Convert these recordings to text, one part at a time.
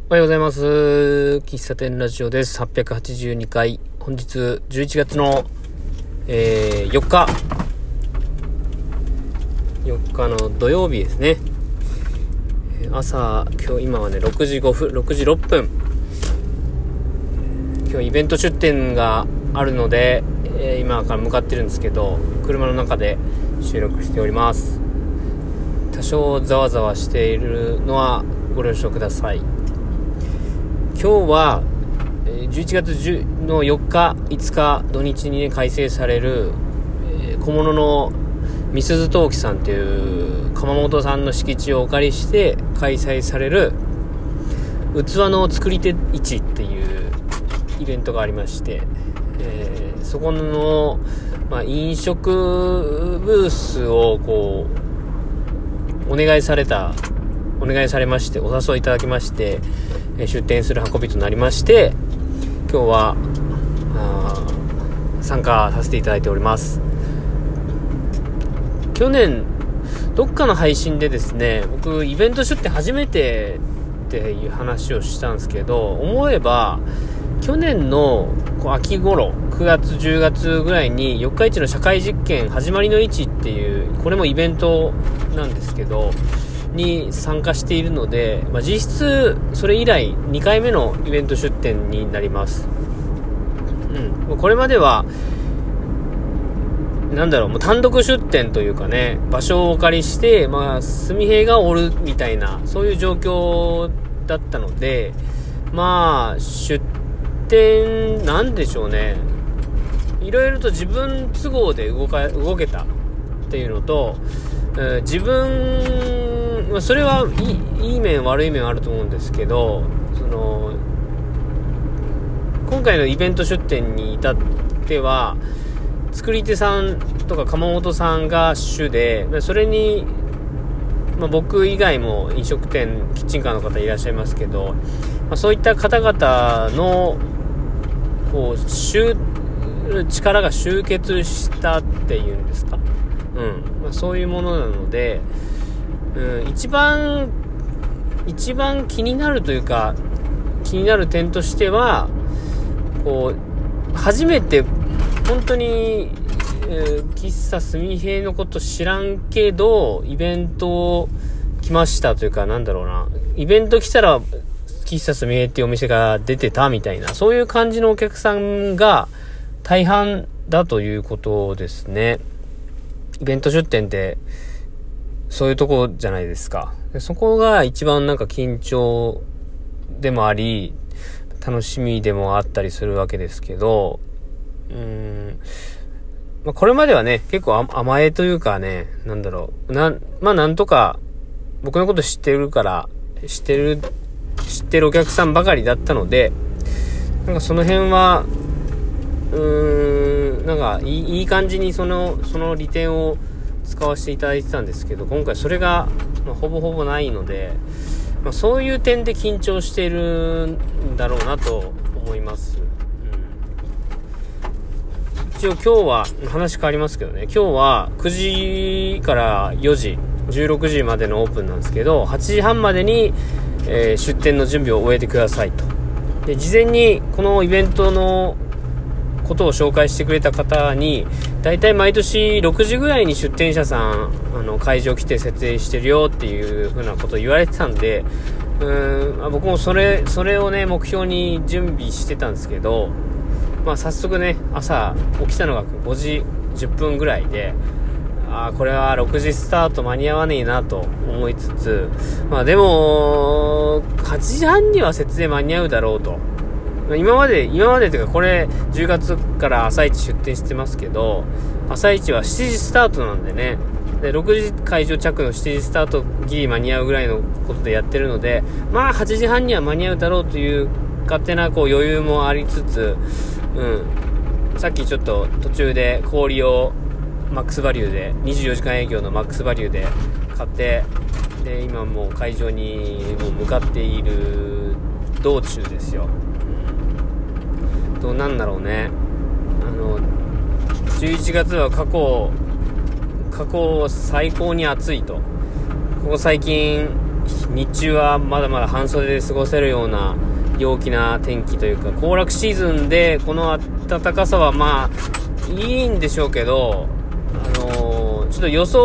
おはようございます。喫茶店ラジオです。882回。本日11月の、4日の土曜日ですね。今日はね、6時6分。今日イベント出店があるので、今から向かってるんですけど、車の中で収録しております。多少ざわざわしているのはご了承ください。今日は11月の4日、5日土日に、開催される小物のみすず陶器さんという窯元さんの敷地をお借りして開催される器の作り手市っていうイベントがありまして、そこの、飲食ブースをお願いされまして、お誘いいただきまして出店する運びとなりまして、今日は参加させていただいております。去年どっかの配信でですね、僕イベント出店初めてっていう話をしたんですけど、思えば去年の秋頃9月10月ぐらいに四日市の社会実験始まりの市っていう、これもイベントなんですけどに参加しているので、実質それ以来2回目のイベント出店になります。これまではもう単独出店というかね、場所をお借りして、炭平がおるみたいな、そういう状況だったので、出店なんでしょうね、いろいろと自分都合で動けたっていうのと、自分、それはいい面悪い面あると思うんですけど、今回のイベント出店に至っては作り手さんとか窯元さんが主で、それに、僕以外も飲食店キッチンカーの方いらっしゃいますけど、そういった方々の力が集結したっていうんですか、そういうものなので、一番気になるというか、気になる点としては、初めて本当に、喫茶すみへいのこと知らんけどイベント来ましたというか、イベント来たら喫茶すみへいっていうお店が出てたみたいな、そういう感じのお客さんが大半だということですね。イベント出店ってそういうとこじゃないですか。そこが一番緊張でもあり楽しみでもあったりするわけですけど、これまではね、結構甘えというかね、なんとか僕のこと知ってるお客さんばかりだったので、その辺はいい感じにその利点を使わせていただいてたんですけど、今回それが、ほぼほぼないので、そういう点で緊張しているんだろうなと思います。一応今日は話変わりますけどね、今日は9時から4時16時までのオープンなんですけど、8時半までに、出店の準備を終えてくださいと。で、事前にこのイベントのことを紹介してくれた方に、だいたい毎年6時ぐらいに出店者さん会場来て設営してるよっていう風なことを言われてたんで、僕もそれをね目標に準備してたんですけど、早速ね、朝起きたのが5時10分ぐらいで、これは6時スタート間に合わねえなと思いつつ、でも8時半には設営間に合うだろうと。今までというか、これ10月から朝一出店してますけど、朝一は7時スタートなんでね、で6時会場着の7時スタートギリ間に合うぐらいのことでやってるので、8時半には間に合うだろうという勝手な余裕もありつつ、さっきちょっと途中で氷をマックスバリューで24時間営業のマックスバリューで買って、で今もう会場に向かっている道中ですよ。どうなんだろうね。11月は過去最高に暑いと。ここ最近日中はまだまだ半袖で過ごせるような陽気な天気というか、行楽シーズンでこの暖かさはまあいいんでしょうけど、ちょっと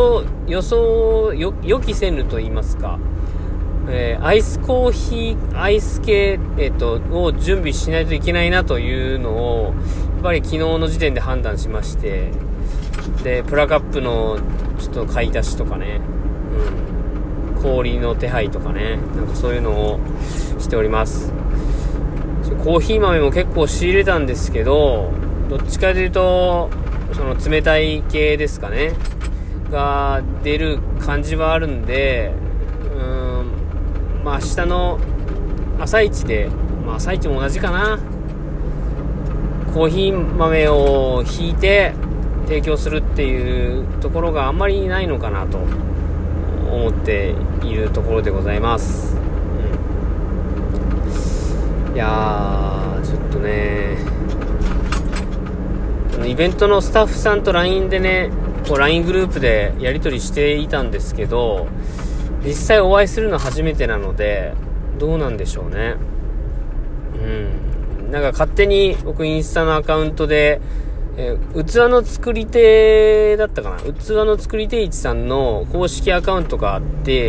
予期せぬと言いますか、アイスコーヒー、アイス系、を準備しないといけないなというのを、やっぱり昨日の時点で判断しまして、で、プラカップのちょっと買い出しとかね、氷の手配とかね、なんかそういうのをしております。コーヒー豆も結構仕入れたんですけど、どっちかというと、その冷たい系ですかね、が出る感じはあるんで、まあ明日の朝一で、まあ朝一も同じかな、コーヒー豆をひいて提供するっていうところがあんまりないのかなと思っているところでございます。いやー、ちょっとね、イベントのスタッフさんと LINE でね、LINE グループでやり取りしていたんですけど、実際お会いするの初めてなので、どうなんでしょうね。なんか勝手に僕インスタのアカウントで、器の作り手だったかな、器の作り手一さんの公式アカウントがあって、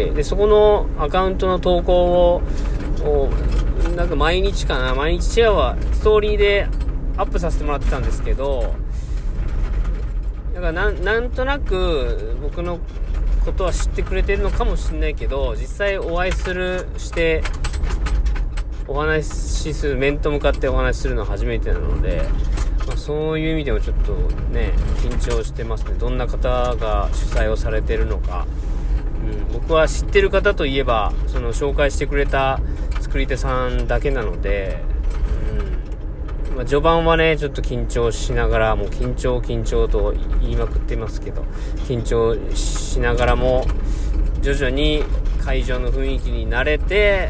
でそこのアカウントの投稿をなんか毎日シェアはストーリーでアップさせてもらってたんですけど、だからなんとなく僕のことは知ってくれてるのかもしれないけど、実際お会いしてお話しする、面と向かってお話しするのは初めてなので、そういう意味でもちょっとね、緊張してますね。どんな方が主催をされてるのか、僕は知ってる方といえばその紹介してくれた作り手さんだけなので、序盤はねちょっと緊張しながら、もう緊張と言いまくってますけど、緊張しながらも徐々に会場の雰囲気に慣れて、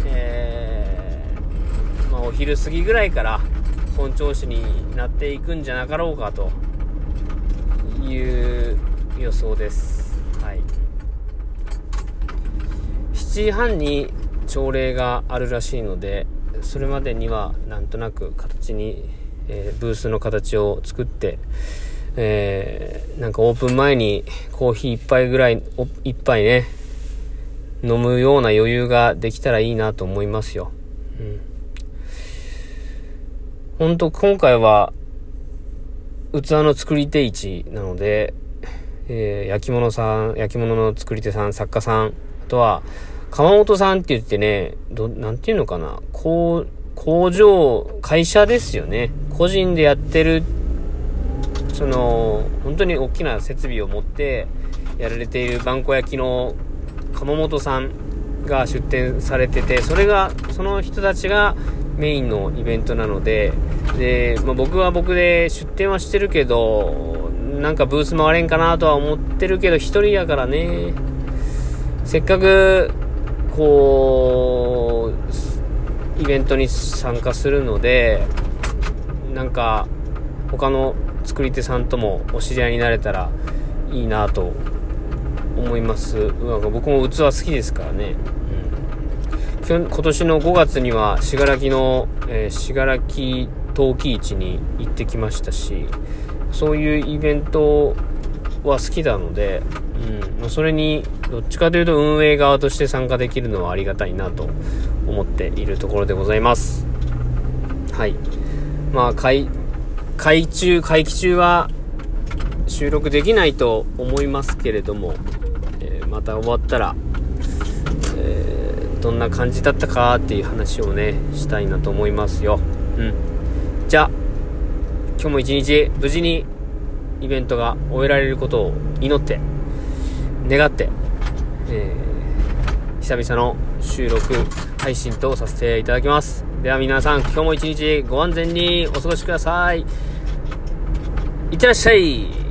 お昼過ぎぐらいから本調子になっていくんじゃなかろうかという予想です。はい。7時半に朝礼があるらしいので、それまでにはなんとなく形に、ブースの形を作って、なんかオープン前にコーヒー一杯ね飲むような余裕ができたらいいなと思いますよ。本当今回は器の作り手市なので、焼き物の作り手さん、作家さん、あとは窯元さんって言ってね、なんていうのかな、工場、会社ですよね。個人でやってる、その本当に大きな設備を持ってやられている萬古焼の窯元さんが出店されてて、その人たちがメインのイベントなので、僕は僕で出店はしてるけど、なんかブース回れんかなとは思ってるけど、一人やからね、せっかくこうイベントに参加するので、なんか他の作り手さんともお知り合いになれたらいいなと思います。なんか僕も器好きですからね。今年の5月には信楽の、信楽陶器市に行ってきましたし、そういうイベントは好きなので、それにどっちかというと運営側として参加できるのはありがたいなと思っているところでございます。はい。会期中は収録できないと思いますけれども、また終わったら、どんな感じだったかっていう話をねしたいなと思いますよ。じゃあ今日も一日無事にイベントが終えられることを祈って願って、久々の収録配信とさせていただきます。では皆さん、今日も一日ご安全にお過ごしください。いってらっしゃい。